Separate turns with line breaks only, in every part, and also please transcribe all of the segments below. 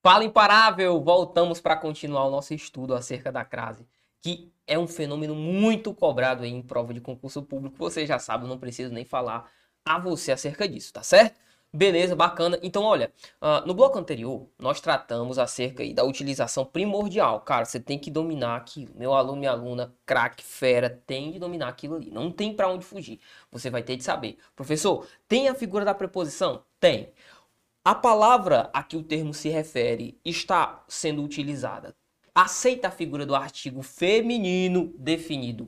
Fala Imparável! Voltamos para continuar o nosso estudo acerca da crase, que é um fenômeno muito cobrado aí em prova de concurso público. Você já sabe, eu não preciso nem falar a você acerca disso, tá certo? Beleza, bacana. Então, olha, no bloco anterior, nós tratamos acerca aí da utilização primordial. Cara, você tem que dominar aquilo. Meu aluno, minha aluna, craque, fera, tem de dominar aquilo ali. Não tem para onde fugir. Você vai ter de saber. Professor, tem a figura da preposição? Tem. A palavra a que o termo se refere está sendo utilizada. Aceita a figura do artigo feminino definido.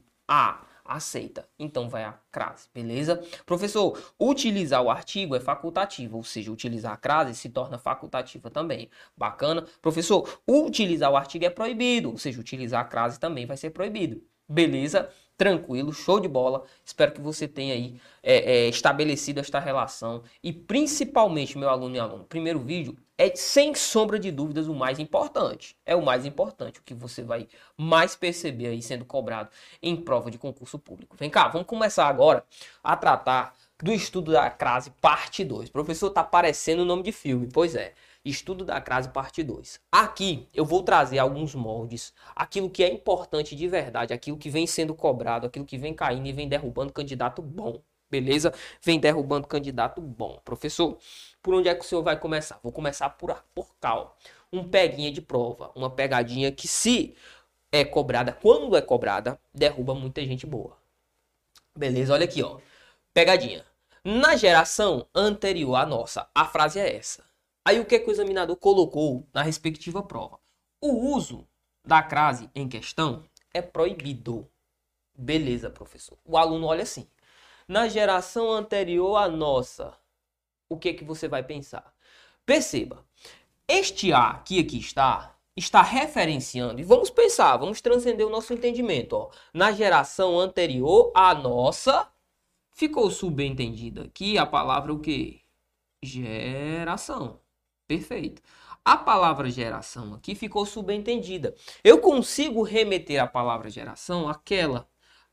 Aceita. Então vai a crase, beleza? Professor, utilizar o artigo é facultativo, ou seja, utilizar a crase se torna facultativa também. Bacana? Professor, utilizar o artigo é proibido, ou seja, utilizar a crase também vai ser proibido. Beleza? Tranquilo, show de bola. Espero que você tenha aí estabelecido esta relação. E principalmente, meu aluno e aluna, o primeiro vídeo é sem sombra de dúvidas o mais importante. É o mais importante, o que você vai mais perceber aí sendo cobrado em prova de concurso público. Vem cá, vamos começar agora a tratar do estudo da crase parte 2. Professor, tá parecendo o nome de filme. Pois é. Estudo da crase parte 2. Aqui eu vou trazer alguns moldes, aquilo que é importante de verdade, aquilo que vem sendo cobrado, aquilo que vem caindo e vem derrubando candidato bom. Beleza? Vem derrubando candidato bom. Professor, por onde é que o senhor vai começar? Vou começar por cal. Um peguinha de prova, uma pegadinha que se é cobrada, quando é cobrada, derruba muita gente boa. Beleza? Olha aqui, ó. Pegadinha. Na geração anterior à nossa, a frase é essa. Aí o que o examinador colocou na respectiva prova? O uso da crase em questão é proibido. Beleza, professor. O aluno olha assim. Na geração anterior à nossa, o que você vai pensar? Perceba, este A que aqui está referenciando, e vamos pensar, vamos transcender o nosso entendimento. Ó. Na geração anterior à nossa, ficou subentendida aqui a palavra o quê? Geração. Perfeito. A palavra geração aqui ficou subentendida. Eu consigo remeter a palavra geração àquela.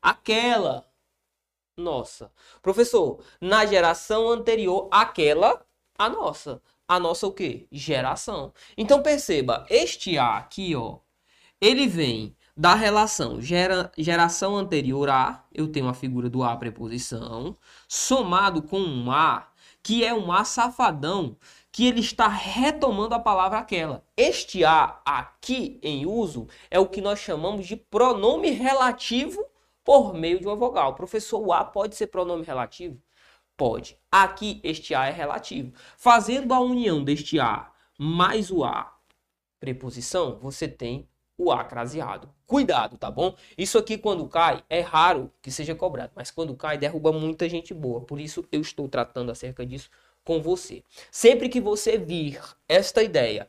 Nossa. Professor, na geração anterior àquela, a nossa. A nossa o quê? Geração. Então perceba, este A aqui, ó, ele vem da relação geração anterior a, eu tenho a figura do A preposição, somado com um A, que é um A safadão, que ele está retomando a palavra aquela. Este A aqui em uso é o que nós chamamos de pronome relativo por meio de uma vogal. Professor, o A pode ser pronome relativo? Pode. Aqui este A é relativo. Fazendo a união deste A mais o A preposição, você tem o A craseado. Cuidado, tá bom? Isso aqui quando cai é raro que seja cobrado, mas quando cai derruba muita gente boa. Por isso eu estou tratando acerca disso com você. Sempre que você vir esta ideia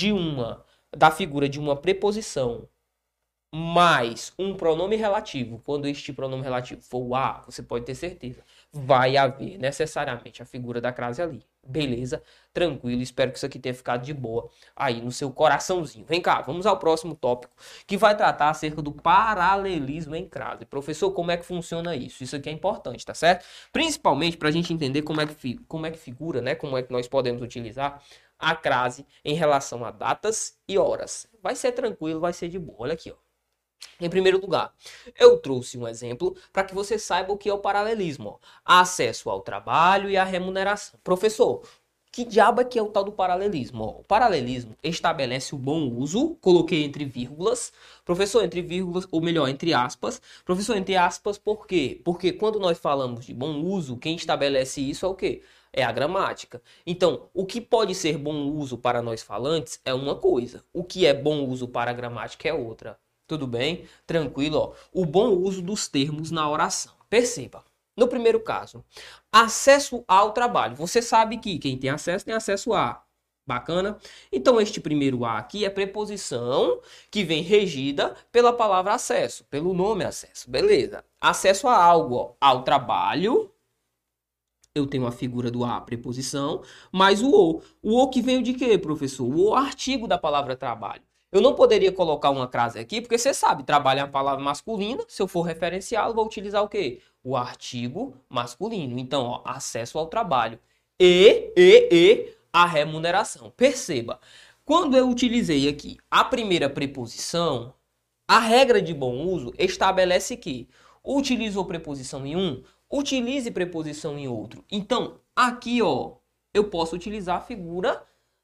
da figura de uma preposição mais um pronome relativo, quando este pronome relativo for o A, você pode ter certeza, vai haver necessariamente a figura da crase ali. Beleza? Tranquilo, espero que isso aqui tenha ficado de boa aí no seu coraçãozinho. Vem cá, vamos ao próximo tópico, que vai tratar acerca do paralelismo em crase. Professor, como é que funciona isso? Isso aqui é importante, tá certo? Principalmente para a gente entender como é que figura, né? Como é que nós podemos utilizar a crase em relação a datas e horas. Vai ser tranquilo, vai ser de boa. Olha aqui, ó. Em primeiro lugar, eu trouxe um exemplo para que você saiba o que é o paralelismo. Ó. Acesso ao trabalho e à remuneração. Professor, que diabo é que é o tal do paralelismo? Ó, o paralelismo estabelece o bom uso, coloquei entre vírgulas. Professor, entre vírgulas, ou melhor, entre aspas. Professor, entre aspas, por quê? Porque quando nós falamos de bom uso, quem estabelece isso é o quê? É a gramática. Então, o que pode ser bom uso para nós falantes é uma coisa. O que é bom uso para a gramática é outra. Tudo bem? Tranquilo, ó. O bom uso dos termos na oração. Perceba. No primeiro caso, acesso ao trabalho. Você sabe que quem tem acesso a. Bacana? Então, este primeiro a aqui é preposição que vem regida pela palavra acesso, pelo nome acesso. Beleza. Acesso a algo, ó. Ao trabalho. Eu tenho a figura do a, preposição, mais o o. O o que veio de quê, professor? O artigo da palavra trabalho. Eu não poderia colocar uma crase aqui, porque você sabe, trabalho é uma palavra masculina. Se eu for referenciá-lo, vou utilizar o quê? O artigo masculino. Então, ó, acesso ao trabalho. E a remuneração. Perceba, Quando eu utilizei aqui a primeira preposição, a regra de bom uso estabelece que utilizou preposição em um, utilize preposição em outro. Então, aqui, ó, eu posso utilizar a figura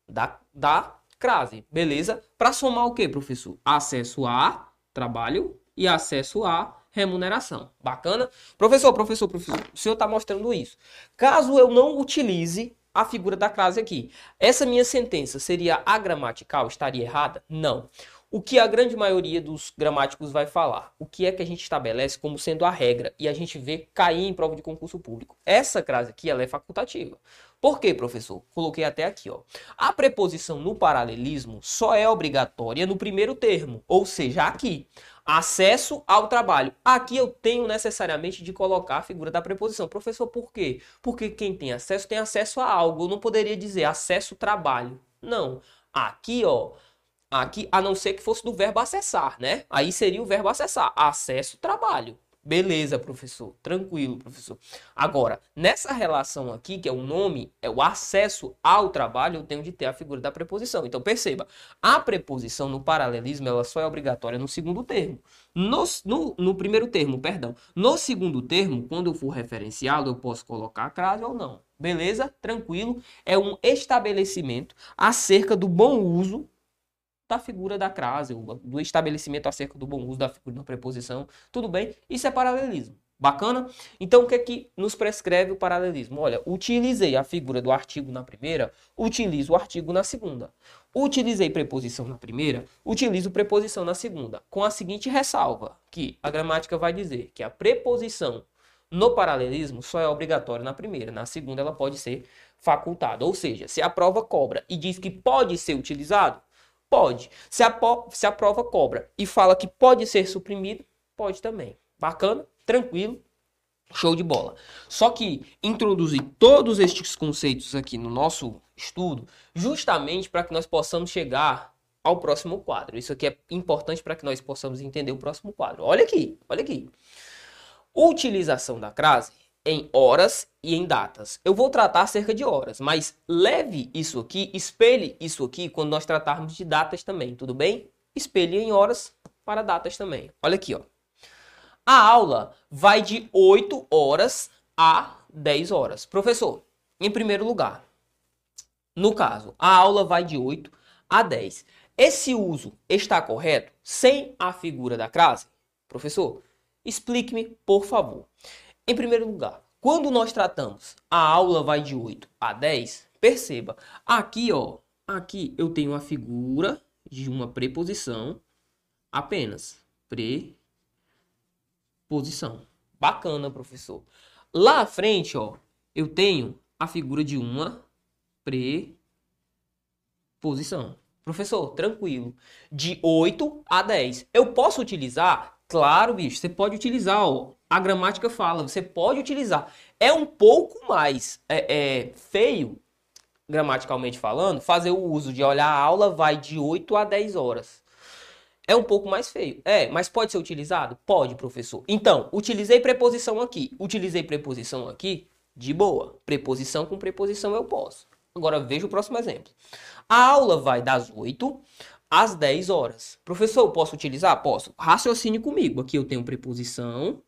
da crase, beleza? Para somar o quê, professor? Acesso a trabalho e acesso a remuneração. Bacana? Professor, o senhor está mostrando isso. Caso eu não utilize a figura da crase aqui, essa minha sentença seria agramatical? Estaria errada? Não. O que a grande maioria dos gramáticos vai falar? O que é que a gente estabelece como sendo a regra e a gente vê cair em prova de concurso público? Essa crase aqui, ela é facultativa. Por quê, professor? Coloquei até aqui, ó. A preposição no paralelismo só é obrigatória no primeiro termo, ou seja, aqui. Acesso ao trabalho. Aqui eu tenho necessariamente de colocar a figura da preposição. Professor, por quê? Porque quem tem acesso a algo. Eu não poderia dizer acesso ao trabalho. Não. Aqui, ó. Aqui, a não ser que fosse do verbo acessar, né? Aí seria o verbo acessar. Acesso ao trabalho. Beleza, professor. Tranquilo, professor. Agora, nessa relação aqui, que é o nome, é o acesso ao trabalho, eu tenho de ter a figura da preposição. Então, perceba, a preposição no paralelismo, ela só é obrigatória no segundo termo. No primeiro termo, perdão. No segundo termo, quando eu for referenciá-lo, eu posso colocar a crase ou não. Beleza? Tranquilo. É um estabelecimento acerca do bom uso da figura da crase, do estabelecimento acerca do bom uso da figura da preposição. Tudo bem? Isso é paralelismo. Bacana? Então, o que é que nos prescreve o paralelismo? Olha, utilizei a figura do artigo na primeira, utilizo o artigo na segunda. Utilizei preposição na primeira, utilizo preposição na segunda. Com a seguinte ressalva, que a gramática vai dizer que a preposição no paralelismo só é obrigatória na primeira. Na segunda, ela pode ser facultada. Ou seja, se a prova cobra e diz que pode ser utilizado, pode. Se a prova cobra e fala que pode ser suprimido, pode também. Bacana? Tranquilo? Show de bola. Só que introduzi todos estes conceitos aqui no nosso estudo justamente para que nós possamos chegar ao próximo quadro. Isso aqui é importante para que nós possamos entender o próximo quadro. Olha aqui, olha aqui. Utilização da crase em horas e em datas. Eu vou tratar acerca de horas, mas leve isso aqui, espelhe isso aqui quando nós tratarmos de datas também, tudo bem? Espelhe em horas para datas também. Olha aqui, ó. A aula vai de 8 horas a 10 horas. Professor, em primeiro lugar, no caso, a aula vai de 8 a 10. Esse uso está correto sem a figura da crase? Professor, explique-me, por favor. Em primeiro lugar, quando nós tratamos a aula vai de 8 a 10, perceba, aqui, ó, aqui eu tenho a figura de uma preposição apenas. Preposição. Bacana, professor. Lá à frente, ó, eu tenho a figura de uma preposição. Professor, tranquilo. De 8 a 10. Eu posso utilizar? Claro, bicho, você pode utilizar, ó. A gramática fala, você pode utilizar. É um pouco mais feio, gramaticalmente falando, fazer o uso de olhar a aula vai de 8 a 10 horas. É um pouco mais feio. Mas pode ser utilizado? Pode, professor. Então, utilizei preposição aqui. Utilizei preposição aqui, de boa. Preposição com preposição eu posso. Agora, veja o próximo exemplo. A aula vai das 8 às 10 horas. Professor, eu posso utilizar? Posso. Raciocine comigo. Aqui eu tenho preposição,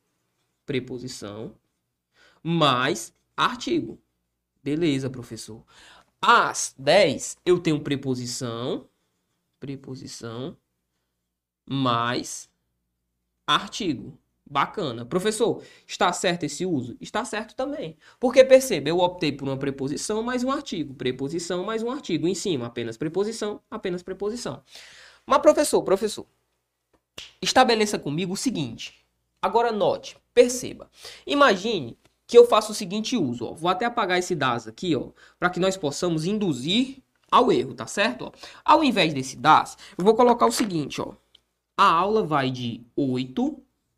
mais artigo. Beleza, professor. Às 10 eu tenho preposição, mais artigo. Bacana. Professor, está certo esse uso? Está certo também. Porque perceba, eu optei por uma preposição mais um artigo. Preposição mais um artigo. Em cima, apenas preposição, apenas preposição. Mas, professor, estabeleça comigo o seguinte. Agora note, perceba. Imagine que eu faço o seguinte uso. Ó. Vou até apagar esse das aqui, ó, para que nós possamos induzir ao erro, tá certo? Ó. Ao invés desse das, eu vou colocar o seguinte, ó. A aula vai de 8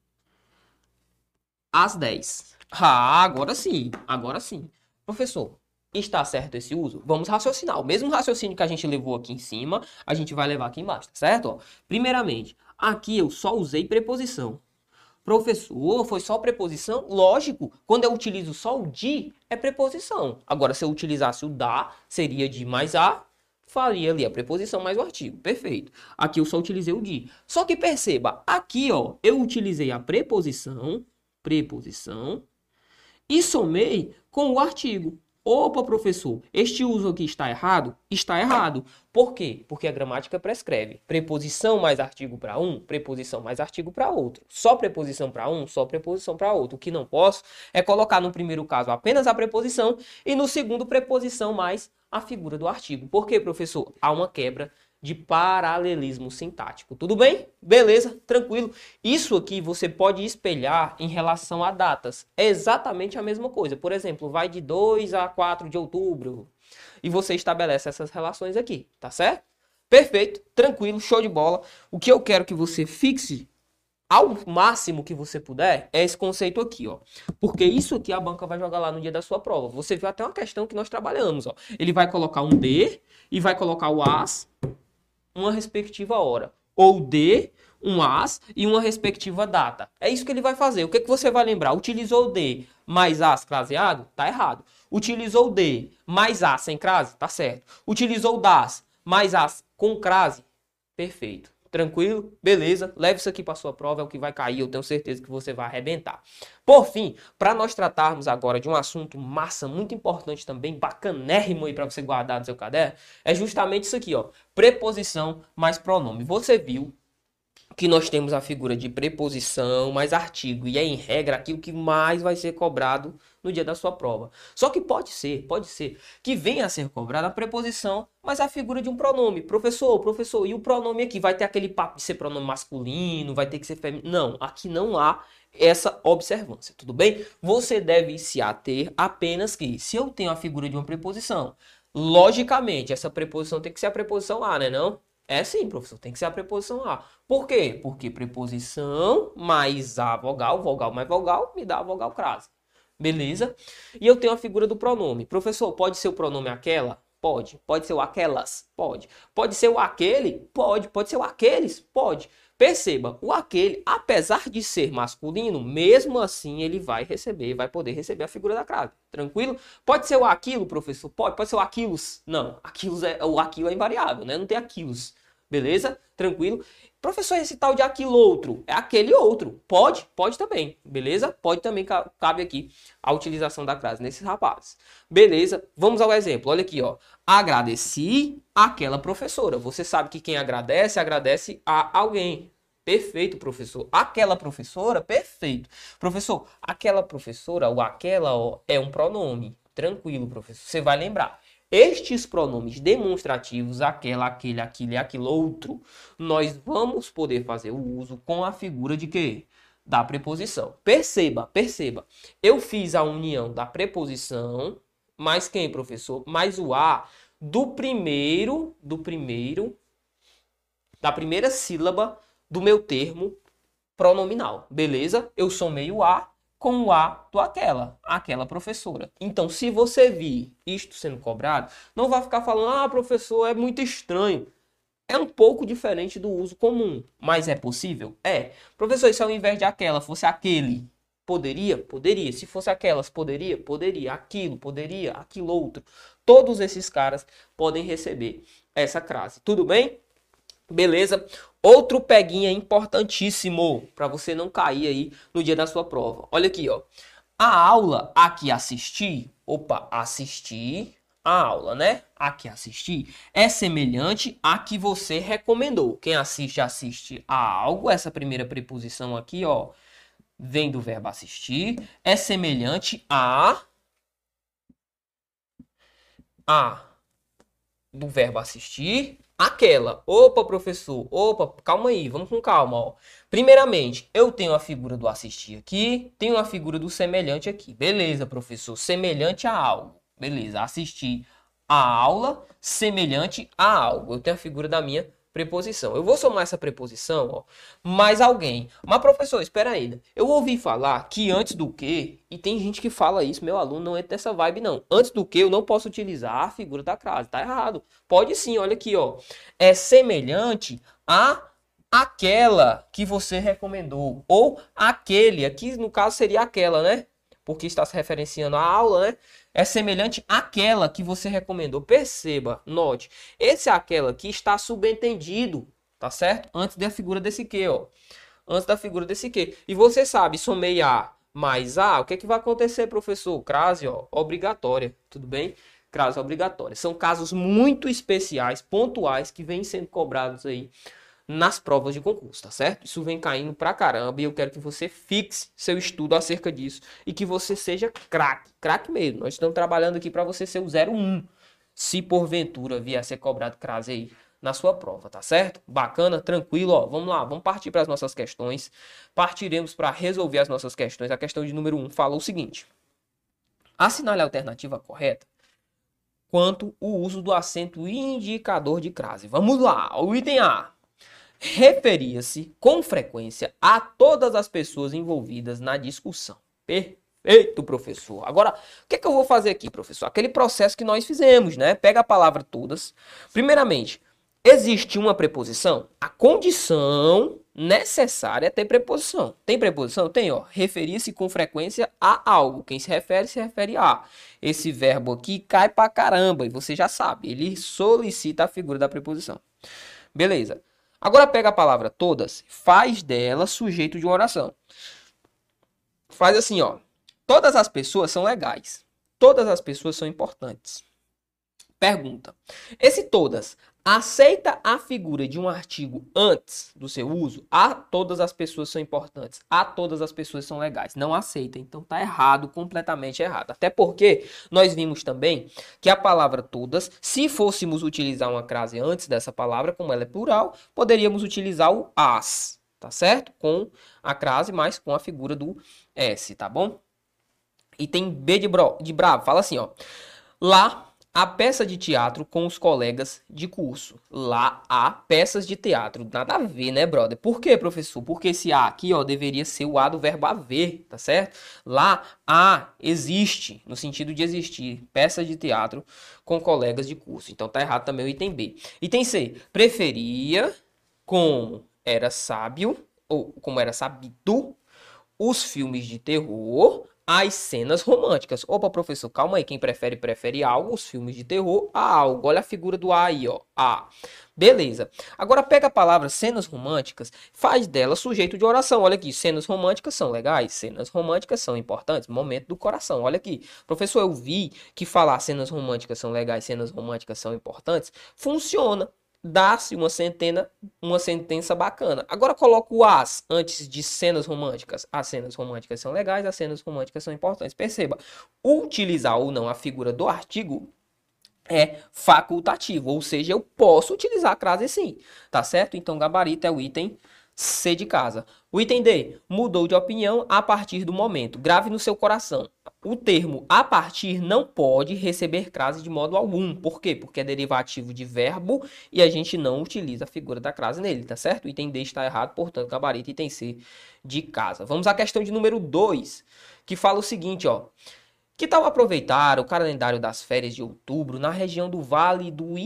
às 10. Agora sim. Professor, está certo esse uso? Vamos raciocinar. O mesmo raciocínio que a gente levou aqui em cima, a gente vai levar aqui embaixo, tá certo? Ó, primeiramente, aqui eu só usei preposição. Professor, foi só preposição? Lógico, quando eu utilizo só o de, é preposição. Agora, se eu utilizasse o da, seria de mais a faria ali a preposição mais o artigo. Perfeito. Aqui eu só utilizei o de. Só que perceba, aqui, ó, eu utilizei a preposição e somei com o artigo. Opa, professor, este uso aqui está errado? Está errado. Por quê? Porque a gramática prescreve. Preposição mais artigo para um, preposição mais artigo para outro. Só preposição para um, só preposição para outro. O que não posso é colocar no primeiro caso apenas a preposição e no segundo preposição mais a figura do artigo. Por quê, professor? Há uma quebra de paralelismo sintático. Tudo bem? Beleza, tranquilo. Isso aqui você pode espelhar em relação a datas. É exatamente a mesma coisa. Por exemplo, vai de 2 a 4 de outubro. E você estabelece essas relações aqui, tá certo? Perfeito, tranquilo, show de bola. O que eu quero que você fixe ao máximo que você puder é esse conceito aqui, ó. Porque isso aqui a banca vai jogar lá no dia da sua prova. Você viu até uma questão que nós trabalhamos, ó. Ele vai colocar um D e vai colocar o AS, uma respectiva hora. Ou D, um AS e uma respectiva data. É isso que ele vai fazer. O que você vai lembrar? Utilizou D mais AS craseado? Tá errado. Utilizou D mais AS sem crase? Tá certo. Utilizou DAS mais AS com crase? Perfeito. Tranquilo? Beleza. Leve isso aqui para sua prova, é o que vai cair. Eu tenho certeza que você vai arrebentar. Por fim, para nós tratarmos agora de um assunto massa, muito importante também, bacanérrimo aí para você guardar no seu caderno, é justamente isso aqui, ó. Preposição mais pronome. Você viu que nós temos a figura de preposição mais artigo, e é em regra aquilo que mais vai ser cobrado no dia da sua prova. Só que pode ser que venha a ser cobrada a preposição, mas a figura de um pronome. Professor, e o pronome aqui vai ter aquele papo de ser pronome masculino, vai ter que ser feminino. Não, aqui não há essa observância, tudo bem? Você deve se ater apenas que, se eu tenho a figura de uma preposição, logicamente, essa preposição tem que ser a preposição a, né, não? É sim, professor, tem que ser a preposição a. Por quê? Porque preposição mais a vogal, vogal mais vogal, me dá a vogal crase. Beleza? E eu tenho a figura do pronome. Professor, pode ser o pronome aquela? Pode. Pode ser o aquelas? Pode. Pode ser o aquele? Pode. Pode ser o aqueles? Pode. Perceba, o aquele, apesar de ser masculino, mesmo assim ele vai poder receber a figura da crase. Tranquilo? Pode ser o aquilo, professor? Pode. Pode ser o aquilos? Não, o aquilo é invariável, né? Não tem aquilos. Beleza? Tranquilo? Professor, esse tal de aquilo outro, é aquele outro. Pode? Pode também. Beleza? Pode também, cabe aqui a utilização da crase nesses rapazes. Beleza? Vamos ao exemplo. Olha aqui, ó. Agradeci àquela professora. Você sabe que quem agradece, agradece a alguém. Perfeito, professor. Aquela professora, perfeito. Professor, aquela professora, ou aquela, ó, é um pronome. Tranquilo, professor. Você vai lembrar. Estes pronomes demonstrativos, aquela, aquele, aquilo e aquilo outro, nós vamos poder fazer o uso com a figura de quê? Da preposição. Perceba. Eu fiz a união da preposição, mais quem, professor? Mais o a da primeira sílaba do meu termo pronominal. Beleza? Eu somei o a com o a do aquela professora. Então, se você vir isto sendo cobrado, não vai ficar falando, professor, é muito estranho. É um pouco diferente do uso comum, mas é possível? É. Professor, se ao invés de aquela fosse aquele, poderia? Poderia. Se fosse aquelas, poderia? Poderia. Aquilo, poderia. Aquilo outro. Todos esses caras podem receber essa crase. Tudo bem? Beleza? Outro peguinha importantíssimo para você não cair aí no dia da sua prova. Olha aqui, ó. A aula a que assisti, assisti a aula, né? A que assisti é semelhante à que você recomendou. Quem assiste a algo, essa primeira preposição aqui, ó, vem do verbo assistir, é semelhante a do verbo assistir, aquela. Opa, professor. Opa, calma aí, vamos com calma, ó. Primeiramente, eu tenho a figura do assistir aqui, tenho a figura do semelhante aqui. Beleza, professor. Semelhante a algo. Beleza, assistir a aula semelhante a algo. Eu tenho a figura da minha preposição. Eu vou somar essa preposição, ó, mais alguém. Mas, professor, espera ainda. Eu ouvi falar que antes do que, e tem gente que fala isso, meu aluno não entra nessa vibe, não. Antes do que, eu não posso utilizar a figura da crase. Tá errado. Pode sim, olha aqui, ó. É semelhante a aquela que você recomendou. Ou aquele, aqui no caso seria aquela, né? porque está se referenciando à aula, né? É semelhante àquela que você recomendou. Perceba, note, esse aquela aqui está subentendido, tá certo? Antes da figura desse que, ó. Antes da figura desse que. E você sabe, somei A mais A, o que é que vai acontecer, professor? Crase, ó, obrigatória, tudo bem? Crase obrigatória. São casos muito especiais, pontuais, que vêm sendo cobrados aí nas provas de concurso, tá certo? Isso vem caindo pra caramba e eu quero que você fixe seu estudo acerca disso e que você seja craque, craque mesmo. Nós estamos trabalhando aqui para você ser o 01, se porventura vier a ser cobrado crase aí na sua prova, tá certo? Bacana, tranquilo, ó. Vamos lá, vamos partir para as nossas questões. Partiremos para resolver as nossas questões. A questão de número 1 fala o seguinte: assinale a alternativa correta quanto o uso do acento indicador de crase. Vamos lá, o item A. Referia-se com frequência a todas as pessoas envolvidas na discussão. Perfeito, professor. Agora, o que é que eu vou fazer aqui, professor? Aquele processo que nós fizemos, né? Pega a palavra todas. Primeiramente, existe uma preposição? A condição necessária é ter preposição. Tem preposição? Tem, ó. Referir-se com frequência a algo. Quem se refere a. Esse verbo aqui cai pra caramba e você já sabe. Ele solicita a figura da preposição. Beleza. Agora pega a palavra todas, faz dela sujeito de uma oração. Faz assim, ó. Todas as pessoas são legais. Todas as pessoas são importantes. Pergunta: esse todas aceita a figura de um artigo antes do seu uso? A todas as pessoas são importantes. A todas as pessoas são legais. Não aceita. Então tá errado, completamente errado. Até porque nós vimos também que a palavra todas, se fôssemos utilizar uma crase antes dessa palavra, como ela é plural, poderíamos utilizar o as, tá certo? Com a crase, mas com a figura do S, tá bom? Item B de bravo. Fala assim, ó. Lá a peça de teatro com os colegas de curso. Lá há peças de teatro. Nada a ver, né, brother? Por quê, professor? Porque esse A aqui, ó, deveria ser o A do verbo haver, tá certo? Lá há, existe, no sentido de existir, peças de teatro com colegas de curso. Então tá errado também o item B. Item C. Preferia, como era sábio, ou como era sabido, os filmes de terror as cenas românticas. Opa, professor, calma aí. Quem prefere algo, os filmes de terror a algo. Olha a figura do A aí, ó. A. Beleza. Agora pega a palavra cenas românticas, faz dela sujeito de oração. Olha aqui, cenas românticas são legais, cenas românticas são importantes. Momento do coração. Olha aqui. Professor, eu vi que falar cenas românticas são legais, cenas românticas são importantes. Funciona. Dá-se uma sentença bacana. Agora coloca o as antes de cenas românticas. As cenas românticas são legais, as cenas românticas são importantes. Perceba, utilizar ou não a figura do artigo é facultativo, ou seja, eu posso utilizar a crase sim, tá certo? Então gabarito é o item C de casa. O item D, mudou de opinião a partir do momento. Grave no seu coração. O termo a partir não pode receber crase de modo algum. Por quê? Porque é derivativo de verbo e a gente não utiliza a figura da crase nele, tá certo? O item D está errado, portanto, gabarito item C de casa. Vamos à questão de número 2, que fala o seguinte, ó. Que tal aproveitar o calendário das férias de outubro na região do Vale do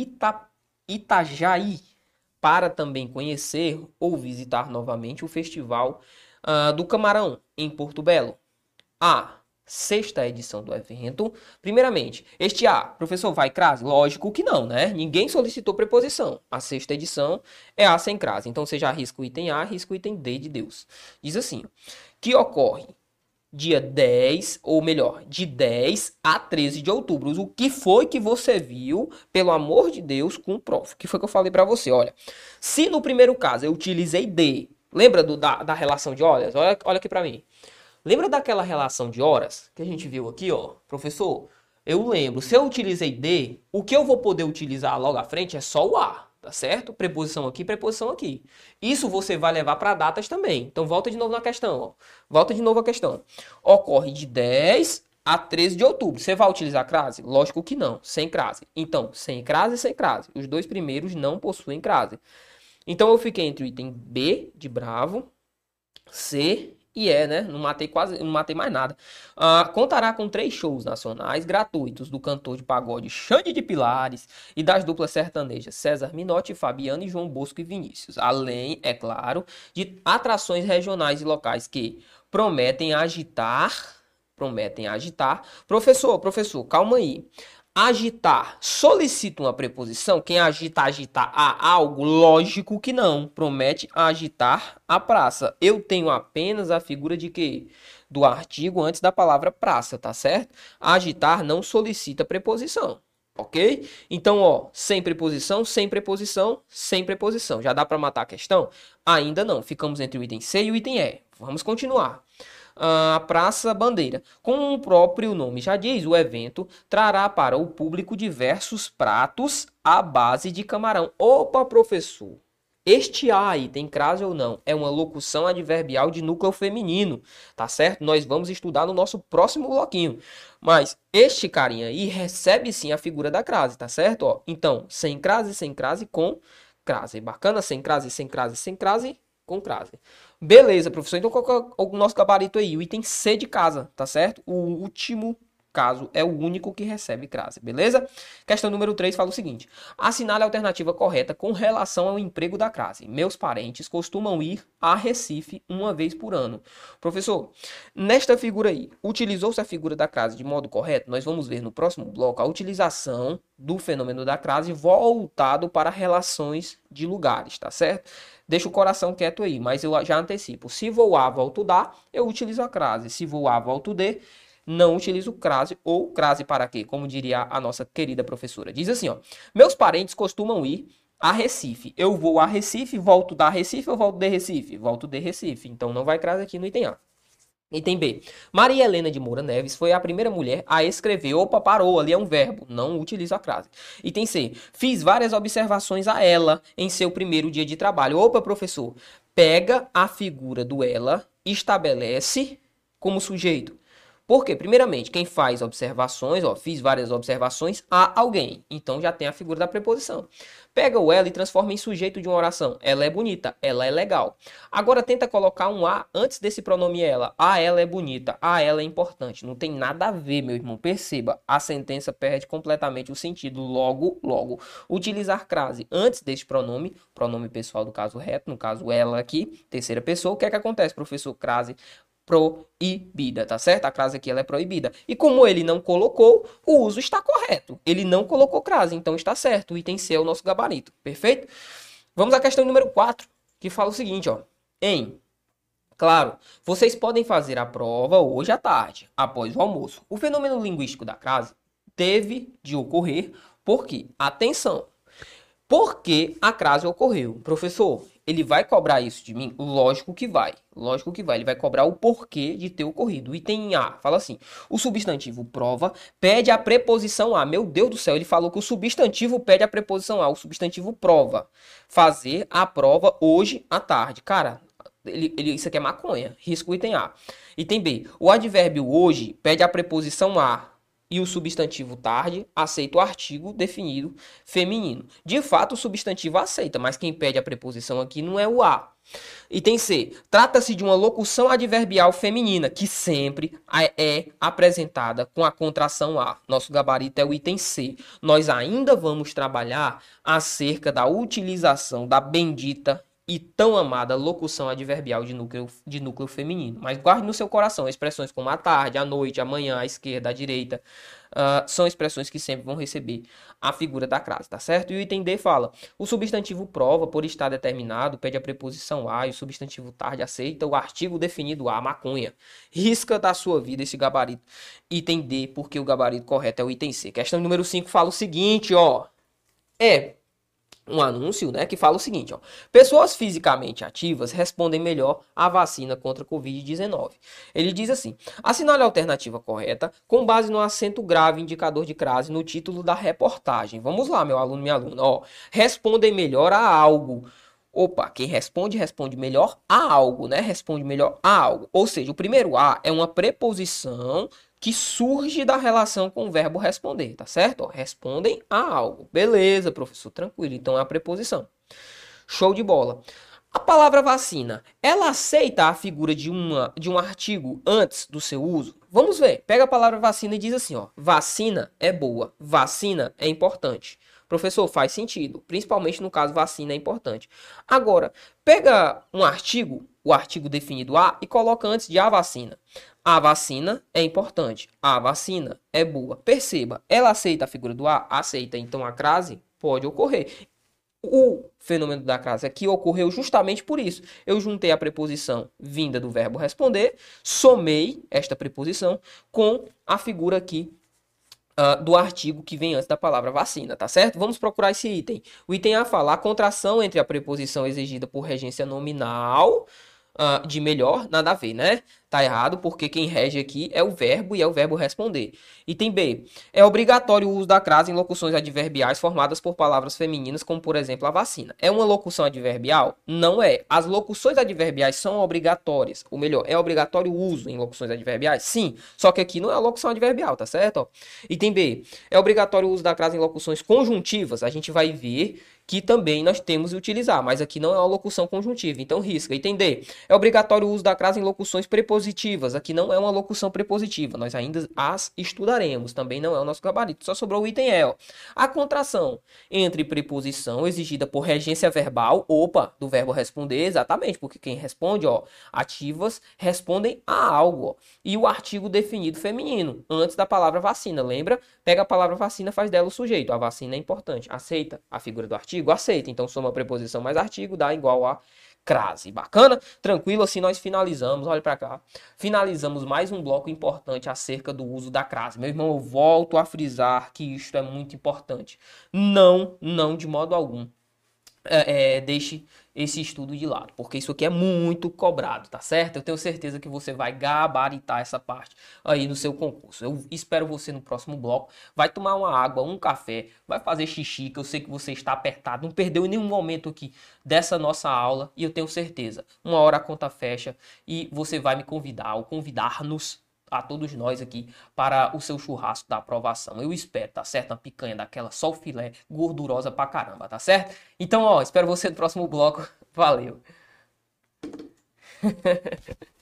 Itajaí para também conhecer ou visitar novamente o Festival do Camarão em Porto Belo? A. Sexta edição do evento. Primeiramente, este A, professor, vai crase? Lógico que não, né? Ninguém solicitou preposição. A sexta edição é A sem crase. Então, você já risca o item A, risca o item D de Deus. Diz assim, que ocorre dia 10, ou melhor, de 10 a 13 de outubro. O que foi que você viu, pelo amor de Deus, com o prof? O que foi que eu falei para você? Olha, se no primeiro caso eu utilizei D, lembra da relação de horas? Olha aqui para mim. Lembra daquela relação de horas que a gente viu aqui, ó? Professor, eu lembro. Se eu utilizei D, o que eu vou poder utilizar logo à frente é só o A, tá certo? Preposição aqui, preposição aqui. Isso você vai levar para datas também. Então, volta de novo na questão, ó. Volta de novo a questão. Ocorre de 10 a 13 de outubro. Você vai utilizar crase? Lógico que não, sem crase. Então, sem crase e sem crase. Os dois primeiros não possuem crase. Então, eu fiquei entre o item B, de bravo, C e né? Não matei mais nada. Contará com 3 shows nacionais gratuitos do cantor de pagode Xande de Pilares e das duplas sertanejas César Minotti, Fabiano e João Bosco e Vinícius. Além, é claro, de atrações regionais e locais que prometem agitar prometem agitar. Professor, calma aí. Agitar solicita uma preposição? Quem agita a algo? Lógico que não. Promete agitar a praça. Eu tenho apenas a figura de quê? Do artigo antes da palavra praça, tá certo? Agitar não solicita preposição. Ok? Então, ó, sem preposição, sem preposição, sem preposição. Já dá para matar a questão? Ainda não. Ficamos entre o item C e o item E. Vamos continuar. A Praça Bandeira. Como o próprio nome já diz, o evento trará para o público diversos pratos à base de camarão. Opa, professor! Este A aí tem crase ou não? É uma locução adverbial de núcleo feminino, tá certo? Nós vamos estudar no nosso próximo bloquinho. Mas este carinha aí recebe sim a figura da crase, tá certo? Ó, então, sem crase, com crase. Bacana? Sem crase, com crase. Beleza, professor. Então, qual é o nosso gabarito aí? O item C de casa, tá certo? O último caso é o único que recebe crase, beleza? Questão número 3 fala o seguinte. Assinale a alternativa correta com relação ao emprego da crase. Meus parentes costumam ir a Recife uma vez por ano. Professor, nesta figura aí, utilizou-se a figura da crase de modo correto? Nós vamos ver no próximo bloco a utilização do fenômeno da crase voltado para relações de lugares, tá certo? Deixa o coração quieto aí, mas eu já antecipo. Se vou A, volto da, eu utilizo a crase. Se vou A, volto D, não utilizo crase ou crase para quê? Como diria a nossa querida professora. Diz assim, ó. Meus parentes costumam ir a Recife. Eu vou a Recife, volto da Recife ou volto de Recife? Volto de Recife. Então não vai crase aqui no item A. Item B. Maria Helena de Moura Neves foi a primeira mulher a escrever. Opa, parou, ali é um verbo. Não utilizo a crase. Item C. Fiz várias observações a ela em seu primeiro dia de trabalho. Opa, professor. Pega a figura do ela, estabelece como sujeito. Por quê? Primeiramente, quem faz observações, ó, fiz várias observações a alguém. Então já tem a figura da preposição. Pega o ela e transforma em sujeito de uma oração. Ela é bonita, ela é legal. Agora tenta colocar um a antes desse pronome ela. A ela é bonita, a ela é importante. Não tem nada a ver, meu irmão. Perceba, a sentença perde completamente o sentido. Logo, utilizar crase antes deste pronome pessoal do caso reto, no caso ela aqui, terceira pessoa. O que é que acontece, professor? Crase proibida, tá certo? A crase aqui ela é proibida. E como ele não colocou, o uso está correto. Ele não colocou crase, então está certo. O item C é o nosso gabarito, perfeito? Vamos à questão número 4, que fala o seguinte, ó. Claro, vocês podem fazer a prova hoje à tarde, após o almoço. O fenômeno linguístico da crase teve de ocorrer porque, atenção, porque a crase ocorreu. Professor, ele vai cobrar isso de mim? Lógico que vai. Lógico que vai. Ele vai cobrar o porquê de ter ocorrido. Item A, fala assim. O substantivo prova pede a preposição a. Meu Deus do céu, ele falou que o substantivo pede a preposição a. O substantivo prova. Fazer a prova hoje à tarde. Cara, isso aqui é maconha. Risco o item A. Item B. O advérbio hoje pede a preposição a. E o substantivo tarde aceita o artigo definido feminino. De fato, o substantivo aceita, mas quem pede a preposição aqui não é o a. Item C. Trata-se de uma locução adverbial feminina, que sempre é apresentada com a contração a. Nosso gabarito é o item C. Nós ainda vamos trabalhar acerca da utilização da bendita e tão amada locução adverbial de núcleo feminino. Mas guarde no seu coração expressões como à tarde, à noite, amanhã, à esquerda, à direita. São expressões que sempre vão receber a figura da crase, tá certo? E o item D fala, o substantivo prova, por estar determinado, pede a preposição a, e o substantivo tarde aceita o artigo definido a, maconha. Risca da sua vida esse gabarito. Item D, porque o gabarito correto é o item C. Questão número 5 fala o seguinte, ó. Um anúncio, né, que fala o seguinte, ó. Pessoas fisicamente ativas respondem melhor à vacina contra a Covid-19. Ele diz assim, assinale a alternativa correta com base no acento grave indicador de crase no título da reportagem. Vamos lá, meu aluno, minha aluna, ó. Respondem melhor a algo. Opa, quem responde melhor a algo, né? Responde melhor a algo. Ou seja, o primeiro a é uma preposição que surge da relação com o verbo responder, tá certo? Ó, respondem a algo. Beleza, professor, tranquilo. Então é a preposição. Show de bola. A palavra vacina, ela aceita a figura de um artigo antes do seu uso? Vamos ver. Pega a palavra vacina e diz assim, ó. Vacina é boa, vacina é importante. Professor, faz sentido, principalmente no caso vacina é importante. Agora, pega um artigo, o artigo definido a, e coloca antes de a vacina. A vacina é importante. A vacina é boa. Perceba, ela aceita a figura do A? Aceita. Então a crase pode ocorrer. O fenômeno da crase aqui ocorreu justamente por isso. Eu juntei a preposição vinda do verbo responder, somei esta preposição com a figura aqui do artigo que vem antes da palavra vacina, tá certo? Vamos procurar esse item. O item A fala a contração entre a preposição exigida por regência nominal de melhor, nada a ver, né? Tá errado, porque quem rege aqui é o verbo e é o verbo responder. Item B. É obrigatório o uso da crase em locuções adverbiais formadas por palavras femininas, como por exemplo a vacina. É uma locução adverbial? Não é. As locuções adverbiais são obrigatórias. Ou melhor, é obrigatório o uso em locuções adverbiais? Sim. Só que aqui não é a locução adverbial, tá certo? Ó. Item B. É obrigatório o uso da crase em locuções conjuntivas? A gente vai ver que também nós temos de utilizar, mas aqui não é uma locução conjuntiva, então risca. Item D. É obrigatório o uso da crase em locuções prepositivas, aqui não é uma locução prepositiva, nós ainda as estudaremos, também não é o nosso gabarito, só sobrou o item E. Ó. A contração entre preposição exigida por regência verbal, do verbo responder, exatamente, porque quem responde, ó, ativas, respondem a algo, ó, e o artigo definido feminino, antes da palavra vacina, lembra? Pega a palavra vacina, faz dela o sujeito, a vacina é importante, aceita a figura do artigo? Aceita, então soma preposição mais artigo dá igual a crase. Bacana? Tranquilo, assim nós finalizamos, olha para cá. Finalizamos mais um bloco importante acerca do uso da crase. Meu irmão, eu volto a frisar que isto é muito importante. Não de modo algum deixe esse estudo de lado, porque isso aqui é muito cobrado, tá certo? Eu tenho certeza que você vai gabaritar essa parte aí no seu concurso. Eu espero você no próximo bloco. Vai tomar uma água, um café, vai fazer xixi, que eu sei que você está apertado, não perdeu nenhum momento aqui dessa nossa aula, e eu tenho certeza, uma hora a conta fecha e você vai me convidar, ou convidar-nos a todos nós aqui para o seu churrasco da aprovação. Eu espero, tá certo? Uma picanha daquela, só o filé, gordurosa pra caramba, tá certo? Então, ó, espero você no próximo bloco. Valeu!